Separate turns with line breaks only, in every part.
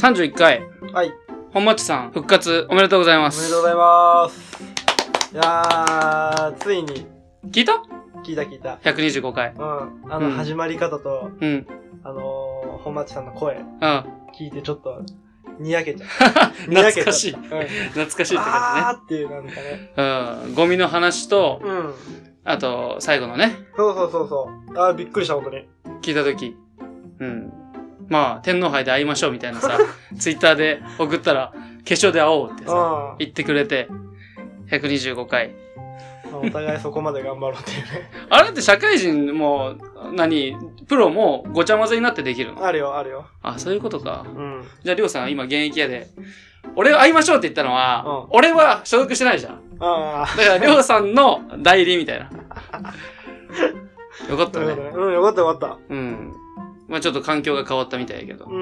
31回。
はい。
本町さん、復活おめでとうございます。
おめでとうございます。いやー、ついに。
聞いた？
聞いた。
125回。
うん。始まり方と、
うん。
本町さんの声。
うん。
聞いてちょっと、にやけちゃう。
懐かしい。
懐
かしいって感じね。
あーっていうなんかね。
うん。ゴミの話と、
うん。
あと、最後のね。
そう。あー、びっくりした、本当に。
聞いたとき。うん。まあ、天皇杯で会いましょうみたいなさ、ツイッターで送ったら、決勝で会おうってさ、言ってくれて、125回。
お互いそこまで頑張ろうっていうね。
あれって社会人も、プロもごちゃ混ぜになってできるの？
あるよ。
あ、そういうことか。
うん。
じゃあ、りょうさん今現役やで、俺会いましょうって言ったのは、俺は所属してないじゃん。だから、りょうさんの代理みたいな。よかったね。
うん、よかった。
うん。まあちょっと環境が変わったみたいやけど。
うん。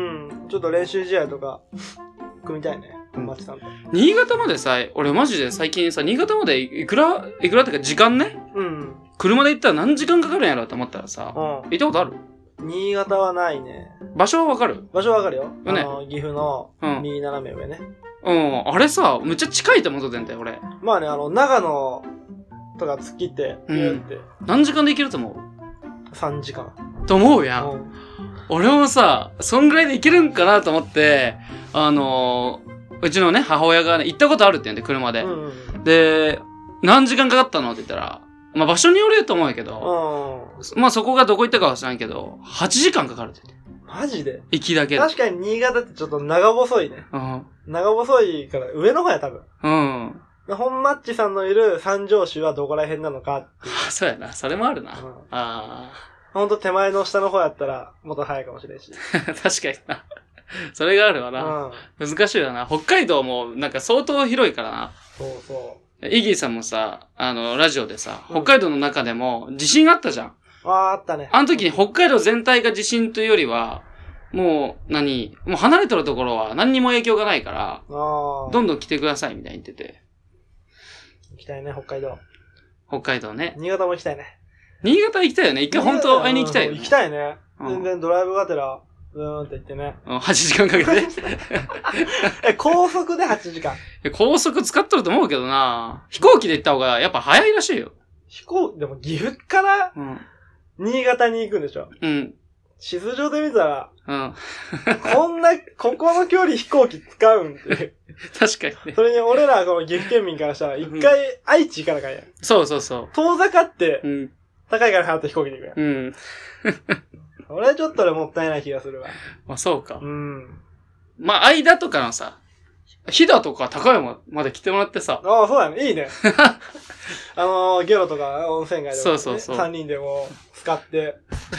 ちょっと練習試合とか、組みたいね。マチさんと。
新潟までさ、俺マジで最近さ、新潟までいくらっていうか時間ね。
うん。
車で行ったら何時間かかるんやろって思ったらさ、行ったことある？
新潟はないね。
場所はわかる？
場所はわかるよ。
ね。
岐阜の右斜め上ね。
うん。あれさ、むっちゃ近いって思ってんだよ、俺。
まあね、長野とか突っ切って、ビューって。
何時間で行けると思う
？3時間。
と思うやん。俺もさ、そんぐらいで行けるんかなと思って、うちのね、母親がね、行ったことあるって言うんで、車で。で、何時間かかったのって言ったら、まあ場所によると思うんやけど、まあそこがどこ行ったかは知らんけど、8時間かかるって言って。
マジで？
行きだけで。
確かに新潟ってちょっと長細いね。長細いから上の方や多分。本マッチさんのいる三条市はどこら辺なのかっていう。
そうやな。それもあるな。
ほんと手前の下の方やったらもっと早いかもしれんし。
確かにな。それがあるわな。難しいよな。北海道もなんか相当広いからな。
そう。
イギーさんもさ、ラジオでさ、北海道の中でも地震あったじゃん。
あったね。
あの時に北海道全体が地震というよりは、もう離れてるところは何にも影響がないから、どんどん来てくださいみたいに言ってて。
行きたいね、北海道。
北海道ね。
新潟も行きたいね。
新潟行きたいよね。一回本当会いに行きたいよね。
行きたいね。全然ドライブがてら、って言ってね。
8時間かけて。
高速で8時間。
高速使っとると思うけどな。飛行機で行った方がやっぱ早いらしいよ。
でも岐阜から新潟に行くんでしょ。うん。地図上で見たら、ここの距離飛行機使うんって。
確かにね。
それに俺らこの岐阜県民からしたら、一回愛知行かなあかんやん。
そう。
遠ざかって、高いから払って飛行機で行くやん。俺はちょっともったいない気がするわ。
まあそうか。まあ間とかのさ、飛騨とか高山まで来てもらってさ。
ああ、そうやね。いいね。ゲロとか温泉街でも、ね。
そう。
3人でも使って。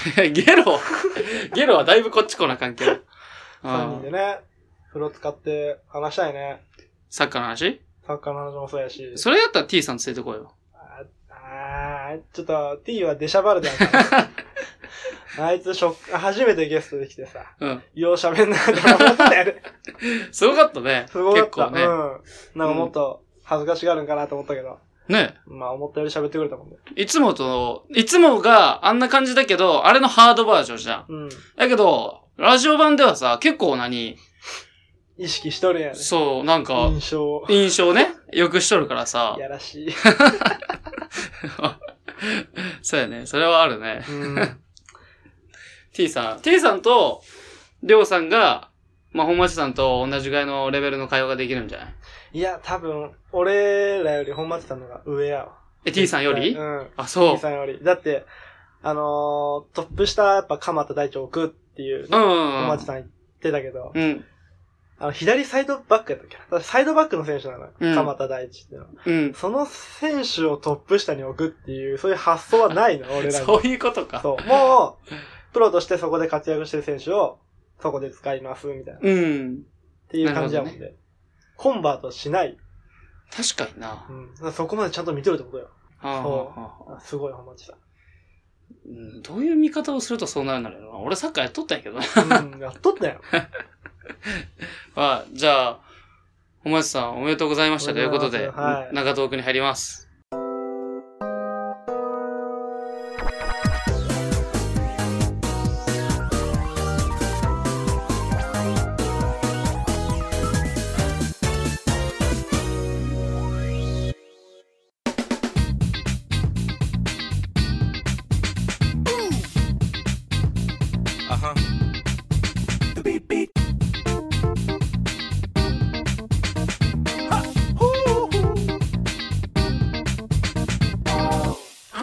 ゲロはだいぶこっち来な関係。
3人でね、風呂使って話したいね。
サッカーの話
もそうやし。
それやったら T さん連れてこいよ。
ちょっと T は出しゃばるであるから。あいつ初めてゲストできてさ。よう喋んないから思ったよね。
すごかったね。
すごかった。
結構ね。
なんかもっと恥ずかしがるんかなと思ったけど。
ね。
まあ思ったより喋ってくれたもんね。
いつもがあんな感じだけど、あれのハードバージョンじゃん。だけど、ラジオ版ではさ、結構
意識しとるやね。
そう、なんか、印象ね。よくしとるからさ。
やらしい。
そうやね。それはあるね。T さんと、りょうさんが、まあ、本町さんと同じぐらいのレベルの会話ができるんじゃない？
いや、多分、俺らより本町さんのが上やわ。
T さんより？あ、そう。
T さんより。だって、トップ下、やっぱ蒲田大地を置くっていう、本町さん言ってたけど、左サイドバックやったっけな。サイドバックの選手なのよ。蒲田大地っていうの。その選手をトップ下に置くっていう、そういう発想はないの、俺らに。
そういうことか。
そう。もう、プロとしてそこで活躍してる選手を、そこで使います、みたいな。っていう感じやもんで。コンバートしない。
確かにな。
そこまでちゃんと見てるってことよ。そう。すごい、本町さん。
どういう見方をするとそうなるんだろうな。俺サッカーやっとったんやけどな。
やっとったよ。
じゃあ、本町さんおめでとうございましたということで、長トークに入ります。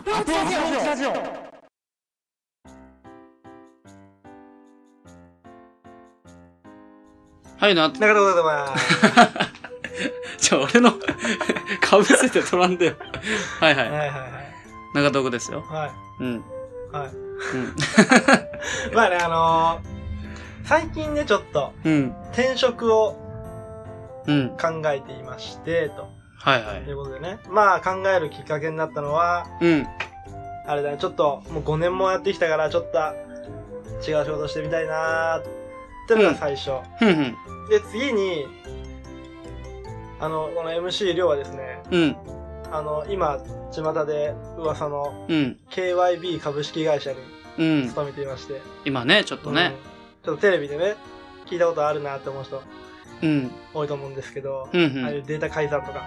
はい、
中田でございます。
俺のかぶせて取らんでよ。はいはい。
はいはいはい。
中田ですよ。
はい。
うん。
はい。うん。まあね、最近ね、ちょっと、転職を、考えていまして、と。
はいはい。
ということでね。まあ、考えるきっかけになったのは、あれだね、ちょっと、もう5年もやってきたから、ちょっと、違う仕事してみたいなーってのが最初。で、次に、この MC 亮はですね、今、巷で噂の、KYB 株式会社に勤めていまして。
今ね、ちょっとね。
ちょっとテレビでね、聞いたことあるなって思う人、多いと思うんですけど、ああいうデータ改ざんとか、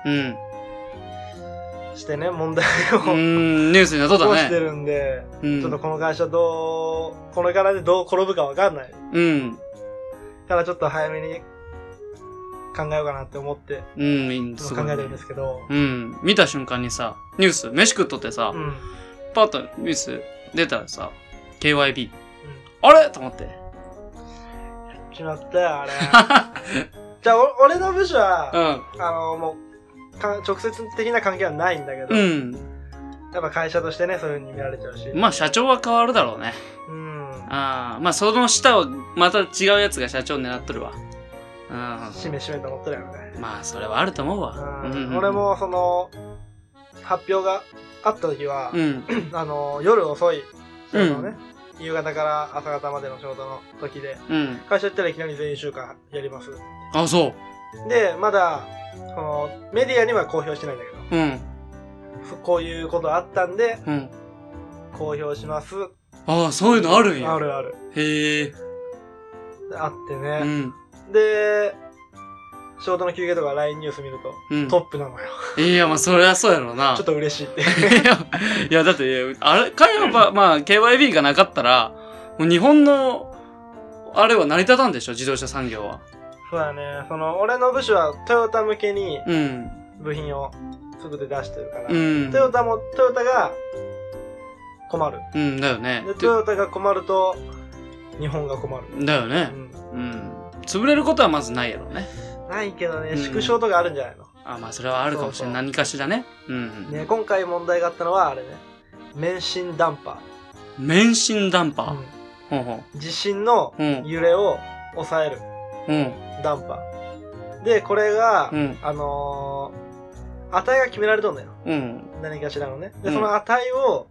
してね、問題を、
ニュースになっとったね。
起こしてるんで、ちょっとこの会社これからでどう転ぶかわかんない。だからちょっと早めに考えようかなって思って、考えてるんですけど、
見た瞬間にさ、ニュース、飯食っとってさ、パッとニュース出たらさ、KYB。あれと思って。や
っちまったよ、あれ。じゃあ、俺の部署は、もう、直接的な関係はないんだけど、やっぱ会社としてね、そういう風に見られちゃうし。
まあ、社長は変わるだろうね。まあ、その下を、また違うやつが社長狙っとるわ。
しめと思ってるよね。
まあ、それはあると思うわ。
俺も、発表があった時は、夜遅い仕事のね、夕方から朝方までの仕事の時で、会社行ったらいきなり全員週間やります。
あ、そう。
で、まだ、メディアには公表してないんだけど、こういうことあったんで、公表します。
ああ、そういうのあるんや。
あるある。
へえ。
あってね。で、仕事の休憩とか LINE ニュース見ると、トップなのよ。
いや、まあ、そりゃそうやろうな。
ちょっと嬉しいって。
いや、だって、あれ、まあ、KYB がなかったら、もう日本の、あれは成り立たんでしょ、自動車産業は。
そうだね。俺の部署はトヨタ向けに、部品を作って出してるから、トヨタが困る。
だよね。
で、トヨタが困ると、日本が困る。
だよね。潰れることはまずないやろうね。
ないけどね、縮小とかあるんじゃないの？
まあそれはあるかもしれない。何かしらね。
ね、今回問題があったのはあれね、免震ダンパ
ー。免震ダンパ
ー。地震の揺れを抑える。ダンパー。で、これが、値が決められとんだよ。何かしらのね。で、その値を、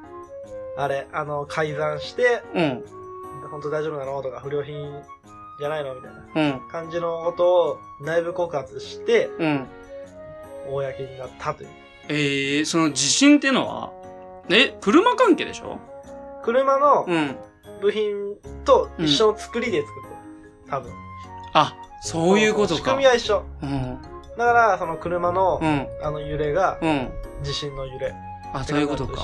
改ざんして、本当大丈夫なのとか、不良品じゃないのみたいな感じのことを内部告発して、公になったと
いう。その地震っていうのは、車関係でしょ？
車の部品と一緒の作りで作ってる。多分。
あ、そういうことか。
仕組みは一緒。だから、その車の、揺れが、地震の揺れ。
あ、そういうことか。
と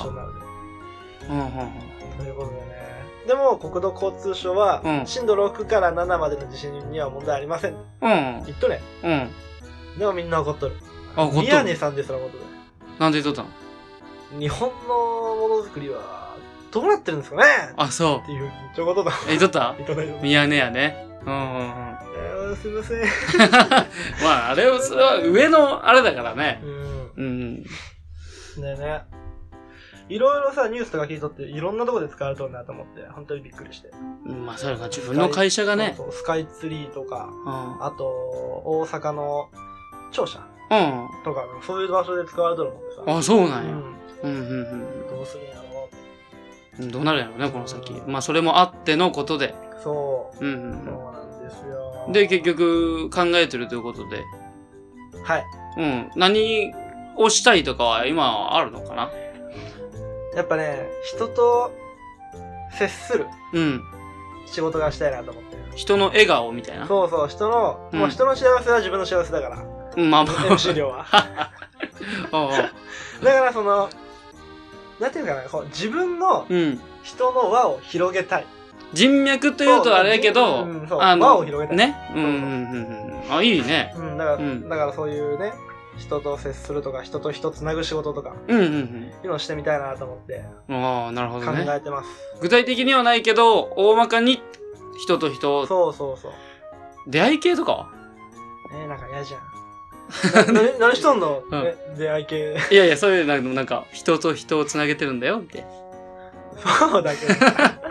いうことでね。でも、国土交通省は、震度6から7までの地震には問題ありません。言っとね。でもみんな怒っとる。宮根さんですらことで。
なんで言っとった
の？日本のものづくりは、どうなってるんですかね？
あ、そう。
っていう、ちょこっとだ。
言っとった宮根やね。
すいません。
まあ、あれは、それは上のあれだからね。
でね。いろいろさ、ニュースとか聞いとって、いろんなとこで使われとるなと思って、本当にびっくりして。
まあ、それが自分の会社がね。
そう、スカイツリーとか、あと、大阪の庁舎とか、そういう場所で使われとるもんでさ。
あ、そうなんや。
どうするんやろ
う。どうなるんやろね、この先。まあ、それもあってのことで。
そう。そうなんですよ。
で、結局、考えてるということで。
はい。
何をしたいとかは今あるのかな？
やっぱね、人と接する仕事がしたいなと思って。
人の笑顔みたいな。
そうそう、人の幸せは自分の幸せだから。
まあまあ。
MC 量は。だからなんていうかな、自分の人の輪を広げたい。
人脈というとあれだけど、
輪を広げたい。
ね。あ、いいね。
だからそういうね、 人と接するとか、人と人つなぐ仕事とか、いうのをしてみたいなと思って、
ああ、なるほどね。
考えてます。
具体的にはないけど、大まかに人と人を。
そうそうそう。
出会い系とかは
なんか嫌じゃん。何しとんの、出会い系。
いやいや、そういうなんか、人と人をつなげてるんだよ、みたい
な。そうだけど。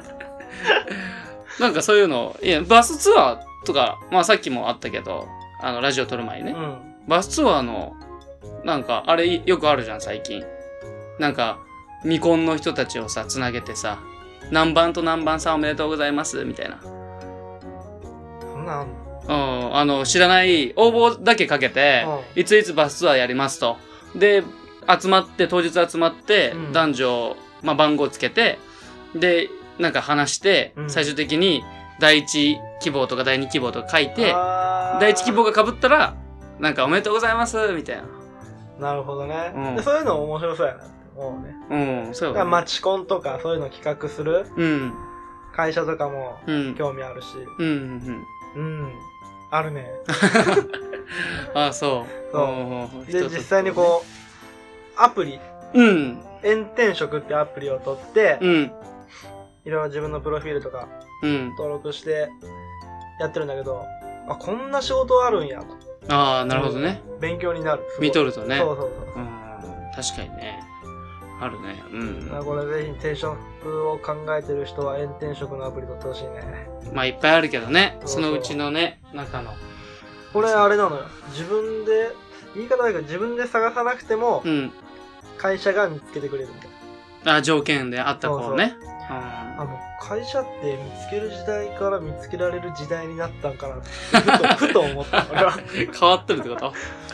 なんかそういうの、いや、バスツアーとか、まあさっきもあったけど、ラジオ撮る前にね。バスツアーの、なんか、あれよくあるじゃん、最近。なんか、未婚の人たちをさ、つなげてさ、何番と何番さんおめでとうございます、みたいな。
そんなん
知らない応募だけかけて、いついつバスツアーやりますと。で、当日集まって、男女、まあ、番号つけて、で、なんか話して、最終的に第一希望とか第二希望とか書いて、第一希望が被ったら、なんかおめでとうございます、みたいな。
なるほどね。でそういうの面白そうやなって思う
ね。そうよね。
マチコンとかそういうの企画する、会社とかも興味あるし。あるね。
あ、そう。
で、実際にこう、アプリ、炎天職ってアプリを取って、いろいろ自分のプロフィールとか、登録してやってるんだけど、あ、こんな仕事あるんやと。
ああ、なるほどね。
勉強になる。
見とるとね。
そう。
確かにね。あるね。
これぜひ転職を考えてる人は炎天職のアプリ取ってほしいね。
まあいっぱいあるけどね。そのうちのね、中の。
これあれなのよ。自分で、言い方だけど自分で探さなくても、会社が見つけてくれるみたい
な。あ、条件であった子ね。
もう会社って見つける時代から見つけられる時代になったんかなってふと思った。
変わってるってこと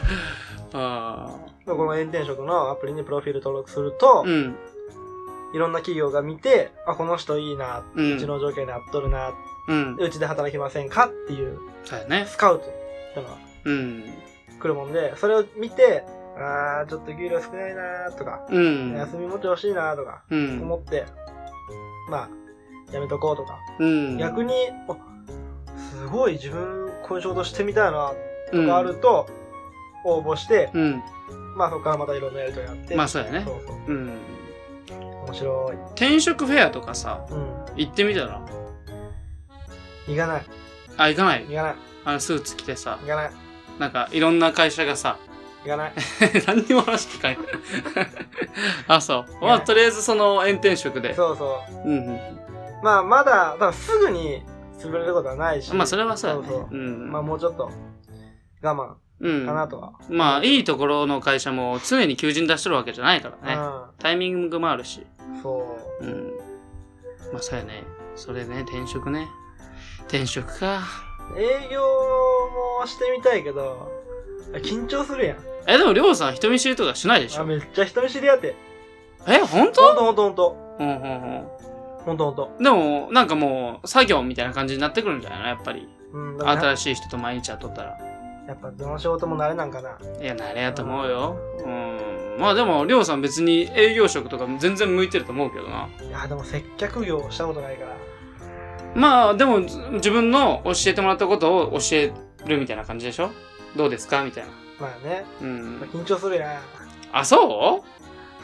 この炎天職のアプリにプロフィール登録すると、いろんな企業が見て、あ、この人いいな、うちの条件に合っとるな、うちで働きませんかっていう、スカウトってのが来るもんで、それを見て、ちょっと給料少ないなとか、休み持ってほしいなとか、思って、まあ、やめとこうとか、逆に、すごい自分こういう仕事してみたいなとかあると、応募して、まあそこからまたいろんなやりとりがあって。
まあそうやね。
面白い。
転職フェアとかさ、行ってみたら？
行かない。
あ、行かない？
行かない。
スーツ着てさ。
行かない。
なんかいろんな会社がさ。
行かない。
何にも話聞かない。あ、そう。まあとりあえずその炎天職で。
そうそう。まあまだ、多分すぐに潰れることはないし。
まあそれはそうだね。
まあもうちょっと我慢。かなとは。
まあ、いいところの会社も常に求人出してるわけじゃないからね。タイミングもあるし。
そう。
まあ、そうやね。それね、転職ね。転職か。
営業もしてみたいけど、緊張するやん。
でも、りょうさん人見知りとかしないでしょ？
めっちゃ人見知りやて。
ほんと？
ほんと。ほんと。
でも、なんかもう、作業みたいな感じになってくるんじゃないのやっぱり。新しい人と毎日会っとったら。
やっぱどの仕事も慣れなんかな。
いや、慣れやと思うよ。まあでも、りょうさん別に営業職とか全然向いてると思うけどな。
いや、でも接客業したことないから。
まあ、でも自分の教えてもらったことを教えるみたいな感じでしょ？どうですかみたいな。
まあね。緊張するやん。
あ、そう？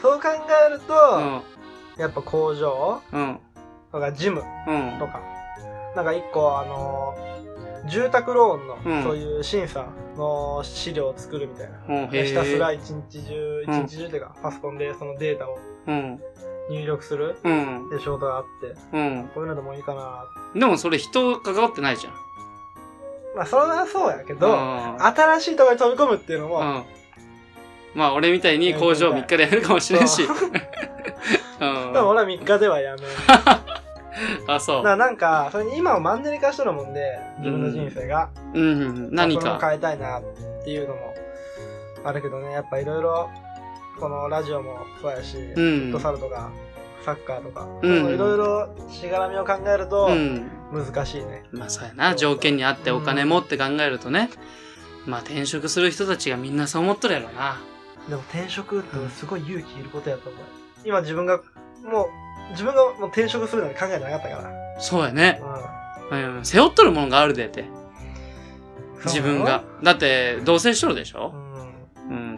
そう考えると、やっぱ工場とかジムとか、なんか一個住宅ローンのそういう審査の資料を作るみたいな。ひたすら一日中っていうか、パソコンでそのデータを入力するって仕事があって、こういうのでもいいかな。
でもそれ人関わってないじゃん。
まあそれはそうやけど、新しいところに飛び込むっていうのも、
まあ俺みたいに工場3日でやるかもしれんし。
でも俺は3日ではやめる。
あ、そう。
なんか、それに今をマンネリ化しとるもんで、自分の人生が。
何か。
それも変えたいなっていうのもあるけどね、やっぱいろいろ、このラジオもそうやし、フットサルとか、サッカーとか、いろいろしがらみを考えると、難しいね。
まあそうやな、条件に合ってお金持って考えるとね、まあ転職する人たちがみんなそう思っとるやろな。
でも転職ってすごい勇気いることやと思う。今自分がもう転職するなんて考えてなかったから。
そうやね。背負っとるものがあるでって。自分が。だって、同棲しとるでしょ？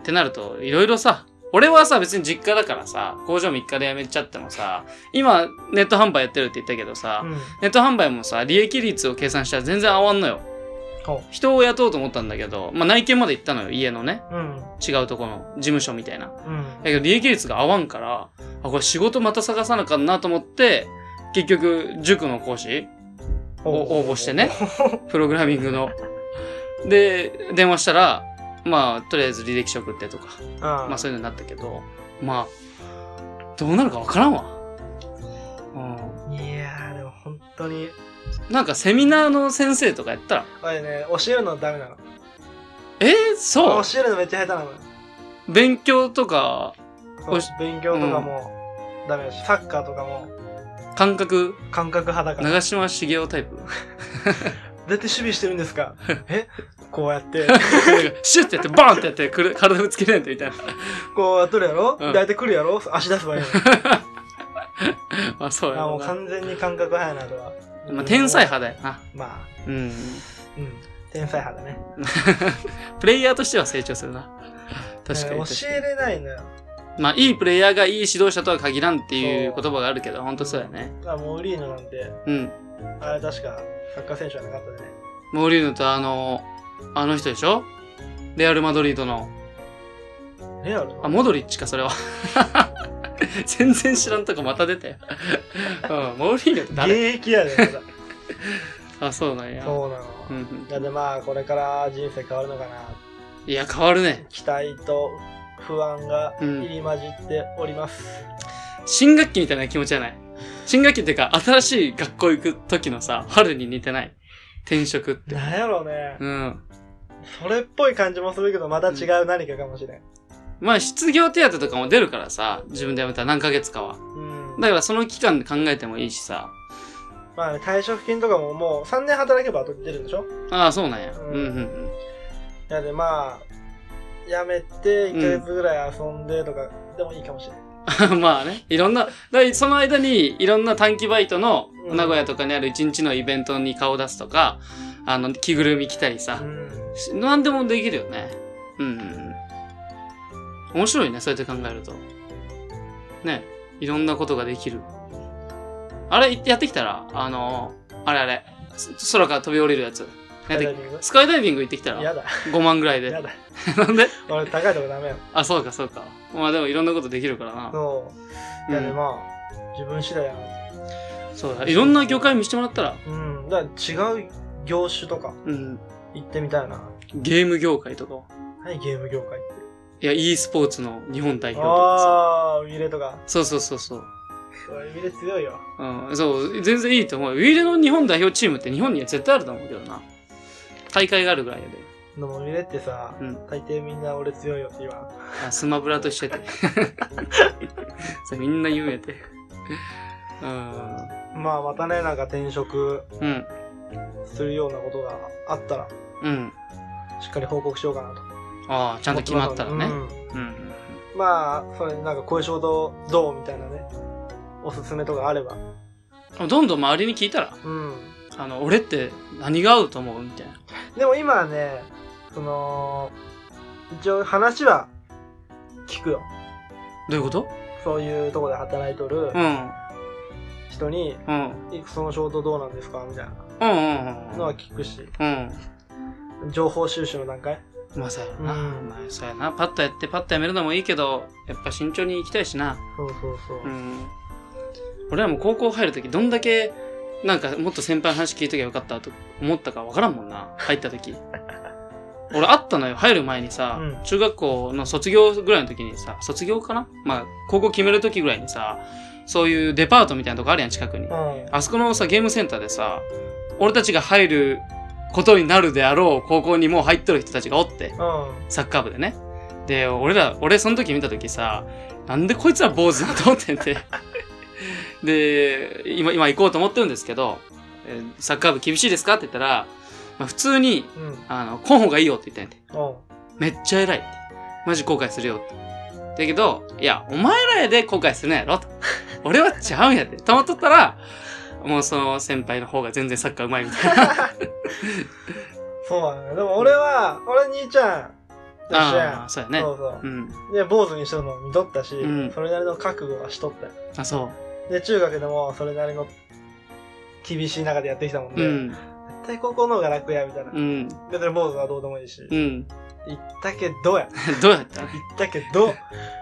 ってなると、いろいろさ、俺はさ、別に実家だからさ、工場3日で辞めちゃってもさ、今、ネット販売やってるって言ったけどさ、ネット販売もさ、利益率を計算したら全然合わんのよ。人を雇おうと思ったんだけど、まあ、内見まで行ったのよ、家のね。違うとこの事務所みたいな。だけど、利益率が合わんから、これ仕事また探さなあかんなと思って、結局、塾の講師を応募してね。プログラミングの。で、電話したら、まあ、とりあえず履歴書送ってとか、まあそういうのになったけど、まあ、どうなるかわからんわ。
いやー、でも本当に。
なんかセミナーの先生とかやったら。
あれね、教えるのダメなの。
そう
教えるのめっちゃ下手なの。
勉強とか、
勉強とかもダメだし、サッカーとかも。
感覚
派だから。
長嶋茂雄タイプ。
どうやって守備してるんですか？こうやって。
シュッてやって、バーンってやって、体ぶつけれんとみたいな。
こうやっとるやろ？だいたい来るやろ？足出せばいい
の。そうや。
もう完全に感覚派やなとは。
まあ、天才派だよな。
まあ。天才派だね。
プレイヤーとしては成長するな。確かに。
教えれないのよ。
まあ、いいプレイヤーがいい指導者とは限らんっていう言葉があるけど、ほんとそうやね。
モーリーノなんて、あれ確かサッカー選手はなかったね。
モーリーノとあの人でしょ？レアル・マドリードの。
レアル？
モドリッチか、それは。全然知らんとこまた出たよ。モーリーノって誰？
現役やで、ま
だ。そうなんや。
そうなの。だってまあ、これから人生変わるのかな。
いや、変わるね。
期待と不安が入り混じっております。
新学期みたいな気持ちじゃない？新学期っていうか、新しい学校行く時のさ、春に似てない？転職って。
なんやろうね。それっぽい感じもするけど、また違う何かかもしれん。
まあ、失業手当とかも出るからさ、自分で辞めたら何ヶ月かは。だからその期間で考えてもいいしさ。
まあね、退職金とかももう3年働けば後で出るんでしょ？
ああ、そうなんや。い
やでまあ、辞めて1ヶ月ぐらい遊んでとかでもいいかもしれ
ない。まあね、いろんな、その間にいろんな短期バイトの名古屋とかにある1日のイベントに顔出すとか、着ぐるみ着たりさ、何でもできるよね。面白いね、そうやって考えると。ね、いろんなことができる。あれ、やってきたら、あれ、空から飛び降りるやつ。スカイダイビング行ってきたら
やだ。
5万ぐらいで。
やだ。
なんで？
俺高いとこダメよ。
あ、そうか。まあでもいろんなことできるからな。
そう。いやでまあ、自分次第やな。
そうだ。いろんな業界見せてもらったら。
だから違う業種とか、行ってみたいな。
ゲーム業界とかは？
何ゲーム業界って？
いや、e スポーツの日本代表とか
さ。ウィレとか。
そう。
ウィレ強いよ。
そう、全然いいと思う。ウィレの日本代表チームって日本には絶対あると思うけどな。大会があるぐらいで。
でもウィレってさ、大抵みんな俺強いよって言わん。
スマブラとしてて。それみんな言うんやて。
まあまたね、なんか転職するようなことがあったら、しっかり報告しようかなと。
ああ、ちゃんと決まったらね。
まあ、それなんかこういう仕事どうみたいなね、おすすめとかあれば。
どんどん周りに聞いたら。俺って何が合うと思うみたいな。
でも今はね、一応話は聞くよ。
どういうこと？
そういうとこで働いとる人に、その仕事どうなんですかみたいなのは聞くし、情報収集の段階。
まあそうやな。そうやな。パッとやってパッとやめるのもいいけど、やっぱ慎重に行きたいしな。
そう。
俺らも高校入るときどんだけなんかもっと先輩の話聞いときゃよかったと思ったかわからんもんな。入ったとき。俺あったのよ。入る前にさ、中学校の卒業ぐらいの時にさ、卒業かな？まあ高校決めるときぐらいにさ、そういうデパートみたいなとこあるやん、近くに。あそこのさ、ゲームセンターでさ、俺たちが入ることになるであろう高校にもう入ってる人たちがおって、サッカー部でね。で、俺その時見た時さ、なんでこいつら坊主だと思ってんて。で、今行こうと思ってるんですけど、サッカー部厳しいですかって言ったら、まあ、普通に、来ん方がいいよって言ったんやて。めっちゃ偉いって。マジ後悔するよって。だけど、いや、お前らやで後悔するんやろと。俺はちゃうんやって。と思っとったら、もうその先輩の方が全然サッカー上手いみたいな。
そうだね。でも俺兄ちゃん、 一緒や
ん。そうやね。
そうそう。で、坊主にしてるのも見とったし、それなりの覚悟はしとったよ。
あ、そ
う。で、中学でもそれなりの厳しい中でやってきたもんで、絶対高校の方が楽や、みたいな。で、それ坊主はどうでもいいし。言ったけどや。
どうやった
言ったけど、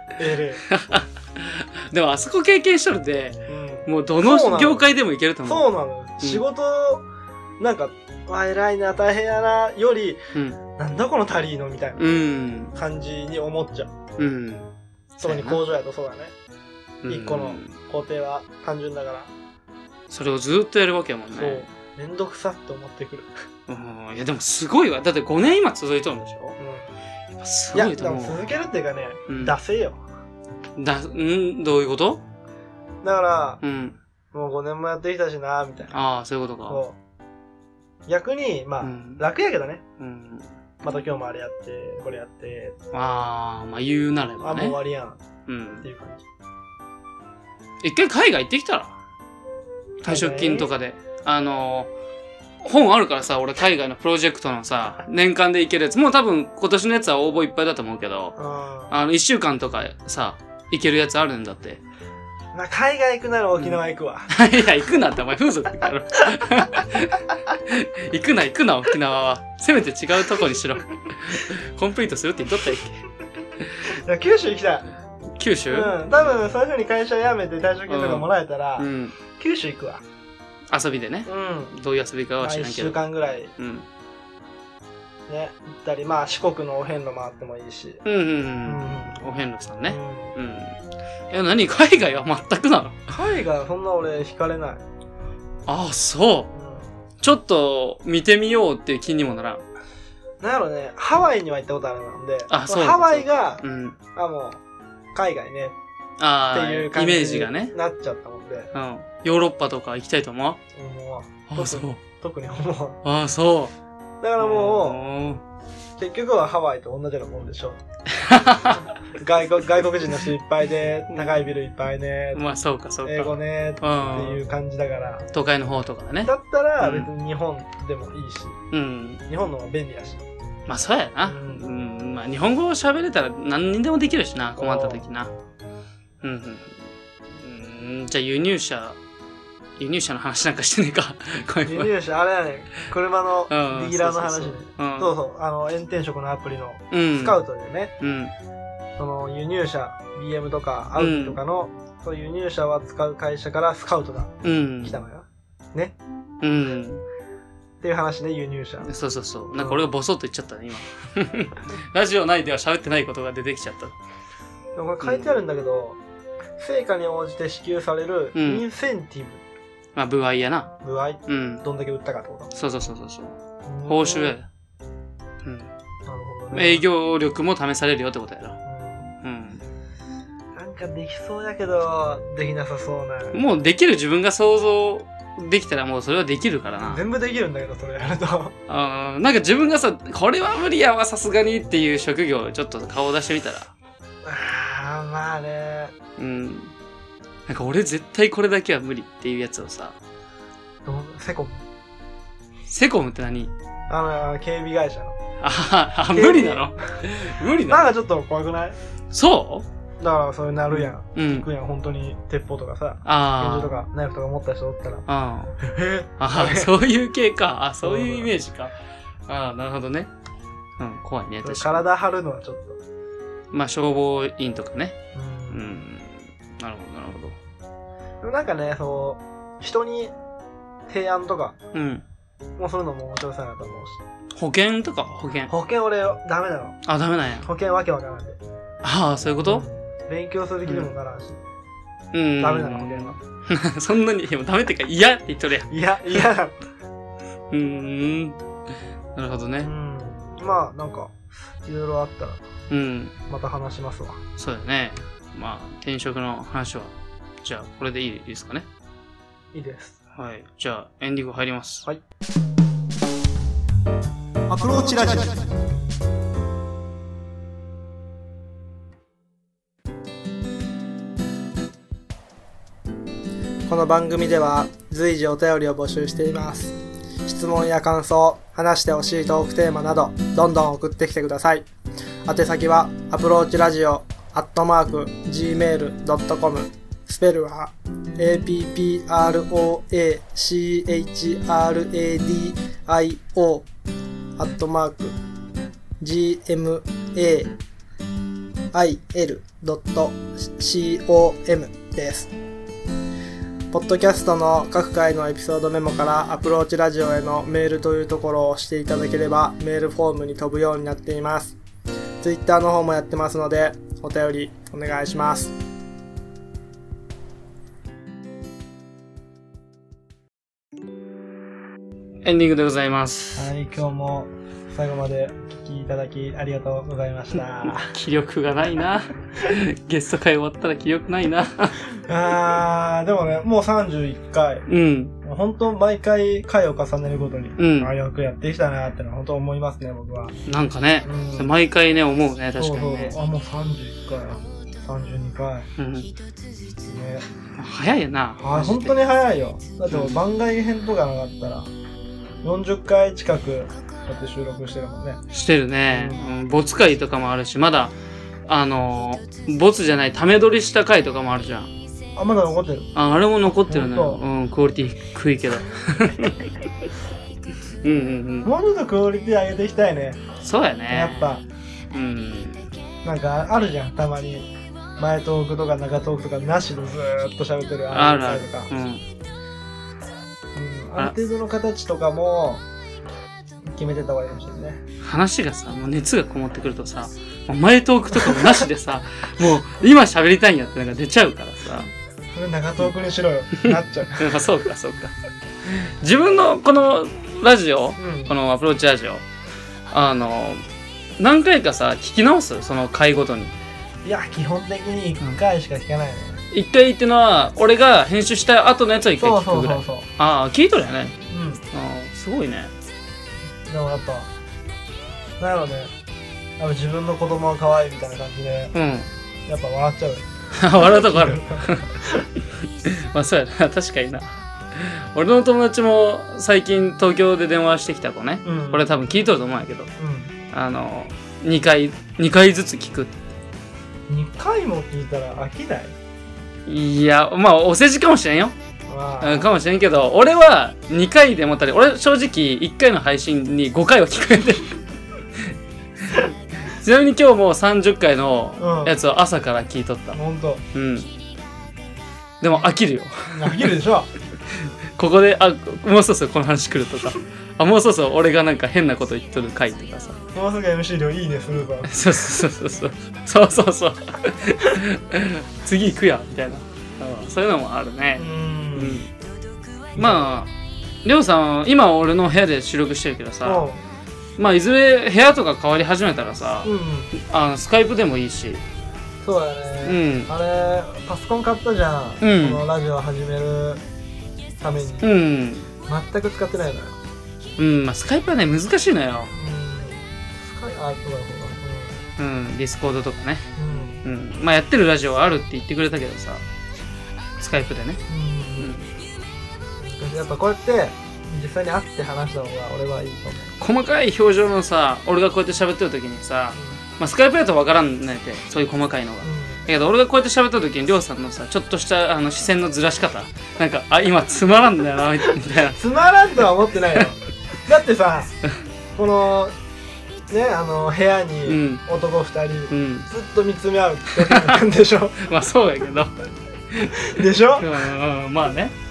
でもあそこ経験しとるで、もうどの業界でもいけると思う。
そうなの。仕事、なんか、偉いな、大変やな、より、なんだこのタリーのみたいな感じに思っちゃう。特に工場やとそうだね。一個の工程は単純だから。
それをずっとやるわけやもんね。そう。
めんどくさって思ってくる。
いやでもすごいわ。だって5年今続いとるんでしょ。すごいと思う。
いや、でも続けるっていうかね、出せよ。
どういうこと？
だから、もう5年もやってきたしな、みたいな。
ああ、そういうことか。そう。
逆に、まあ、楽やけどね。また今日もあれやって、これやって。
まあ言うなればね。
もう終わりやん。っていう感じ。
一回海外行ってきたら？退職金とかで。本あるからさ、俺海外のプロジェクトのさ、年間で行けるやつ。もう多分今年のやつは応募いっぱいだと思うけど、1週間とかさ、行けるやつあるんだって。
まあ、海外行くなら沖縄行くわ。
いや、行くなってお前風俗だろ。行くな、沖縄は。せめて違うとこにしろ。コンプリートするって言っとったやっ
け。いや、九州行きたい。
九州？
多分そういう風に会社辞めて退職金とかもらえたら、九州行くわ。
遊びでね。どういう遊びかは知らんけど。
1週間ぐらい。ね、行ったり、まあ四国のお遍路回ってもいいし。
お遍路さんね。何海外は全くなの？
海外はそんな俺惹かれない。
ああ、そう。ちょっと見てみようっていう気にもならん。
なんやろね、ハワイには行ったことあるので、
そう
ハワイが、もう、海外ね。っていう感じ
イメージがね。
なっちゃったもんで。
ヨーロッパとか行きたいと思う？そう。
特に思う。
そう。
だからもう、結局はハワイと同じようなもんでしょ。外国人の人いっぱいで、高いビルいっぱいね。
まあそうか。
英語ね、っていう感じだから。
都会の方とかね。
だったら別に日本でもいいし。日本の方が便利やし。
まあそうやな。まあ日本語を喋れたら何にでもできるしな、困った時な。じゃあ輸入車の話なんかしてねえか。
輸入車、あれやね、車のディーラーの話ね。そうそう、炎天職のアプリのスカウトでね、その輸入車、BM とかアウディとかの、そういう輸入車を扱う会社からスカウトが来たのよ。ね。っていう話で輸入車。
そう。なんか俺がボソッと言っちゃったね、今。ラジオ内では喋ってないことが出てきちゃった。
でもこれ書いてあるんだけど、成果に応じて支給されるインセンティブ。
まあ、歩合やな。
歩合？どんだけ売ったかってこと？
そう。報酬や。なるほどね。営業力も試されるよってことやな。
なんかできそうやけど、できなさそうな。
もうできる自分が想像できたらもうそれはできるからな。
全部できるんだけど、それやると。
なんか自分がさ、これは無理やわ、さすがにっていう職業、ちょっと顔を出してみたら。
まあね。
なんか俺絶対これだけは無理っていうやつをさ。
セコム。
セコムって何？
警備会社の。
無理なの？無理なの？
なんかちょっと怖くない？
そう？
だからそれなるやん。行くやん、本当に鉄砲とかさ。拳銃とかナイフとか持った人おったら。
そういう系か。そういうイメージか。なるほどね。怖いね、確かに。
体張るのはちょっと。
まあ、消防員とかね。なるほど。
なんかね、人に提案とか、もうするのも面白そうやなと思うし。
保険とか保険
俺、ダメなの。
ダメなんや。
保険わけわからんで。
そういうこと？
勉強する気にもならんし。ダメなの、保険は。
そんなに、ダメってか嫌って言っとるやん。
嫌な
の。なるほどね。
まあ、なんか、いろいろあったら、また話しますわ。
そうだね。まあ、転職の話は、じゃあ、これでいいですかね。
いいです。
はい。じゃあ、エンディング入ります。
はい。
アプローチラジオ。
この番組では随時お便りを募集しています。質問や感想、話してほしいトークテーマなどどんどん送ってきてください。 宛先はアプローチラジオ@gmail.com、 スペルは APPROACHRADIO@gmail.com です。ポッドキャストの各回のエピソードメモからアプローチラジオへのメールというところを押していただければメールフォームに飛ぶようになっています。ツイッターの方もやってますのでお便りお願いします。
エンディングでございます。
はい、今日も最後までお聞きいただきありがとうございました。
気力がないな。ゲスト会終わったら気力ないな。
でもね、もう31回。うん。本当毎回回を重ねるごとに、よくやってきたなってのは本当思いますね、僕は。
なんかね、毎回ね、思うね、確かにね。
もう31回、32回。ね。
早いよな。
本当に早いよ。だって番外編とかなかったら、40回近く、こうやって収録してるもんね。
してるね。没回とかもあるし、まだ、没じゃない、ため撮りした回とかもあるじゃん。
まだ残ってる。
あれも残ってるね。クオリティ低いけど。
もうちょっとクオリティ上げていきたいね。
そうやね。
やっぱ。なんかあるじゃん、たまに。前トークとか中トークとかなしでずーっと喋ってる
ある
とか。ある程度の形とかも決めてた方がいいかもしれないね。
話がさ、もう熱がこもってくるとさ、前トークとかもなしでさ、もう今喋りたいんやってなんか出ちゃうからさ。
それ長トークにしろよ。なっちゃう。
そうか。自分のこのラジオ、このアプローチラジオ、何回かさ、聞き直すその回ごとに。
いや、基本的に1回しか聞かないね。
1回っていうのは、俺が編集した後のやつは1回聞くぐらい。
そう。
聞いとるよね。すごいね。
でもやっぱ、なんやろね。自分の子供は可愛いみたいな感じで、やっぱ笑っちゃうよ。
笑うとこある。まあそうやな、確かにな。俺の友達も最近東京で電話してきた子ね。俺多分聞いとると思うんやけど、2回ずつ聞くって。
2回も聞いたら飽きない？
いや、まあお世辞かもしれんよ。かもしれんけど、俺は2回でもったり、俺正直1回の配信に5回は聞くんで。ちなみに今日も30回のやつを朝から聞いとった。
ほんと。
でも飽きるよ。
飽きるでしょ。
ここで、もうそろそろこの話来るとか、もうそろそろ俺がなんか変なこと言っとる回とかさ。
もうすぐ MC 量いいねするぞ。
そう。次行くや、みたいな。そういうのもあるね。まあ、りょうさん、今俺の部屋で収録してるけどさ、まあいずれ部屋とか変わり始めたらさ、スカイプでもいいし。
そうだね。あれパソコン買ったじゃん。このラジオ始めるために。全く使ってないのよ。
まあスカイプはね難しいのよ。
そうだ。
ディスコードとかね。まあやってるラジオはあるって言ってくれたけどさ、スカイプでね。
やっぱこうやって実際に会って話した方が俺はいいと思う。
細かい表情のさ、俺がこうやって喋ってる時にさ、まあスカイプだと分からんねって、そういう細かいのが。だけど俺がこうやって喋った時にりょうさんのさ、ちょっとした視線のずらし方、なんか今つまらんだよなみたいな。
つまらんとは思ってないよ。だってさ、このね、部屋に男2人、ずっと見つめ合うってなんでしょ。
まあそうやけど。
でしょ。
まあね。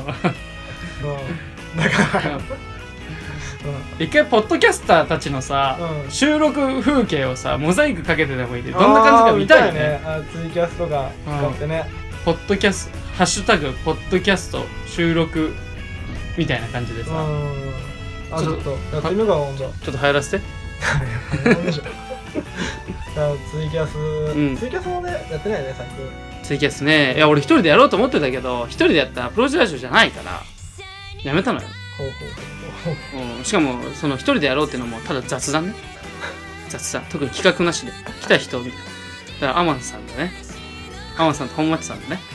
だから
一回ポッドキャスターたちのさ、収録風景をさモザイクかけてでもいいで、どんな感じか見たいね。
ツイキャスとか使ってね。
ポッドキャストハッシュタグポッドキャスト収録みたいな感じでさ。
ちょっとやってみようか今度。ちょ
っと流行らせて。
ツイキャスもねやってないね最近。
ツイキャスね、いや俺一人でやろうと思ってたけど、一人でやったらアプローチラジオじゃないからやめたのよ。しかもその一人でやろうっていうのもただ雑談ね。雑談、特に企画なしで来た人みたいな。だからアマンさんだね。アマンさんと本町さんだね。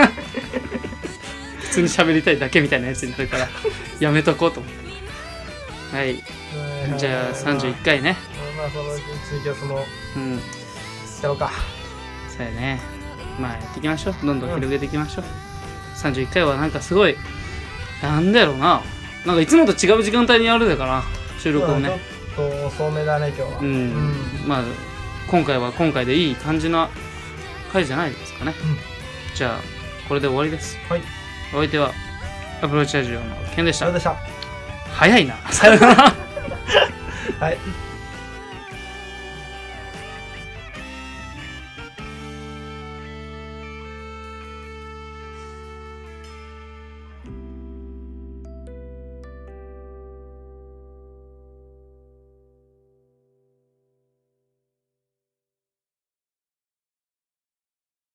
普通に喋りたいだけみたいなやつになるからやめとこうと思って。はい。じゃあ31回ね。
まあそのうちにツイキャスも、やろうか。
そうやね。まあやっていきましょう。どんどん広げていきましょう。31回はなんかすごい、なんだろうな。なんかいつもと違う時間帯にやるだから、収録をね。
ちょっと遅めだね、今日は。
まあ、今回は今回でいい感じな回じゃないですかね。じゃあ、これで終わりです。
はい。
お相手は、アプローチラジオのケンでした。
早いな。
さよなら。
はい。